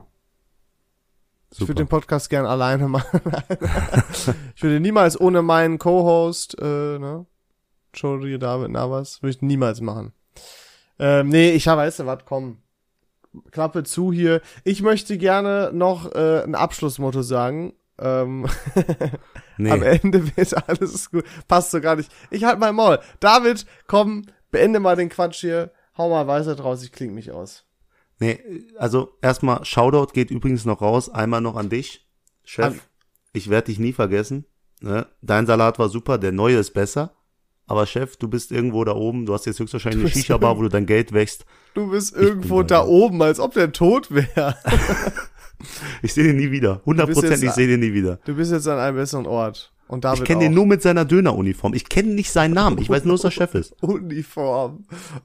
Ich Super. würde den Podcast gern alleine machen. Ich würde niemals ohne meinen Co-Host, äh, ne? Entschuldige, David Navas, würde ich niemals machen. Ähm, nee, ich habe, weißt du was, komm. Klappe zu hier. Ich möchte gerne noch äh, ein Abschlussmotto sagen. Ähm, Nee. Am Ende wird alles gut. Passt so gar nicht. Ich halt mein Maul. David, komm, beende mal den Quatsch hier. Hau mal Weisheit raus, ich kling mich aus. Nee, also erstmal, Shoutout geht übrigens noch raus, einmal noch an dich, Chef. An- Ich werde dich nie vergessen. Ne? Dein Salat war super, der neue ist besser. Aber Chef, du bist irgendwo da oben, du hast jetzt höchstwahrscheinlich Du eine bist Shisha-Bar, wo du dein Geld wächst. Du bist bin irgendwo da, da ja. oben, als ob der tot wäre. Ich sehe den nie wieder. hundert Prozent, jetzt- ich sehe den nie wieder. Du bist jetzt an einem besseren Ort. Und David Ich kenne auch. den nur mit seiner Döneruniform. Ich kenne nicht seinen Namen. Ich weiß nur, dass er Chef ist. Uniform.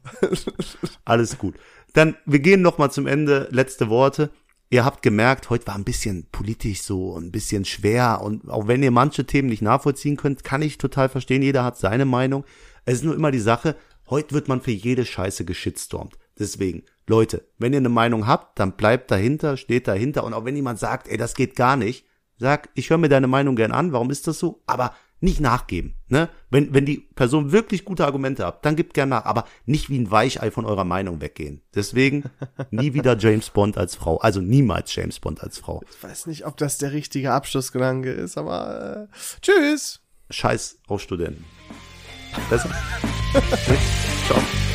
Alles gut. Dann, wir gehen noch mal zum Ende. Letzte Worte. Ihr habt gemerkt, heute war ein bisschen politisch so, ein bisschen schwer. Und auch wenn ihr manche Themen nicht nachvollziehen könnt, kann ich total verstehen. Jeder hat seine Meinung. Es ist nur immer die Sache, heute wird man für jede Scheiße geschitstormt. Deswegen, Leute, wenn ihr eine Meinung habt, dann bleibt dahinter, steht dahinter. Und auch wenn jemand sagt, ey, das geht gar nicht, sag, ich höre mir deine Meinung gern an, warum ist das so? Aber nicht nachgeben, ne? Wenn, wenn die Person wirklich gute Argumente hat, dann gibt gern nach, aber nicht wie ein Weichei von eurer Meinung weggehen. Deswegen nie wieder James Bond als Frau, also niemals James Bond als Frau. Ich weiß nicht, ob das der richtige Abschlussgedanke ist, aber äh, tschüss. Scheiß auf Studenten. Besser? Nee? Ciao.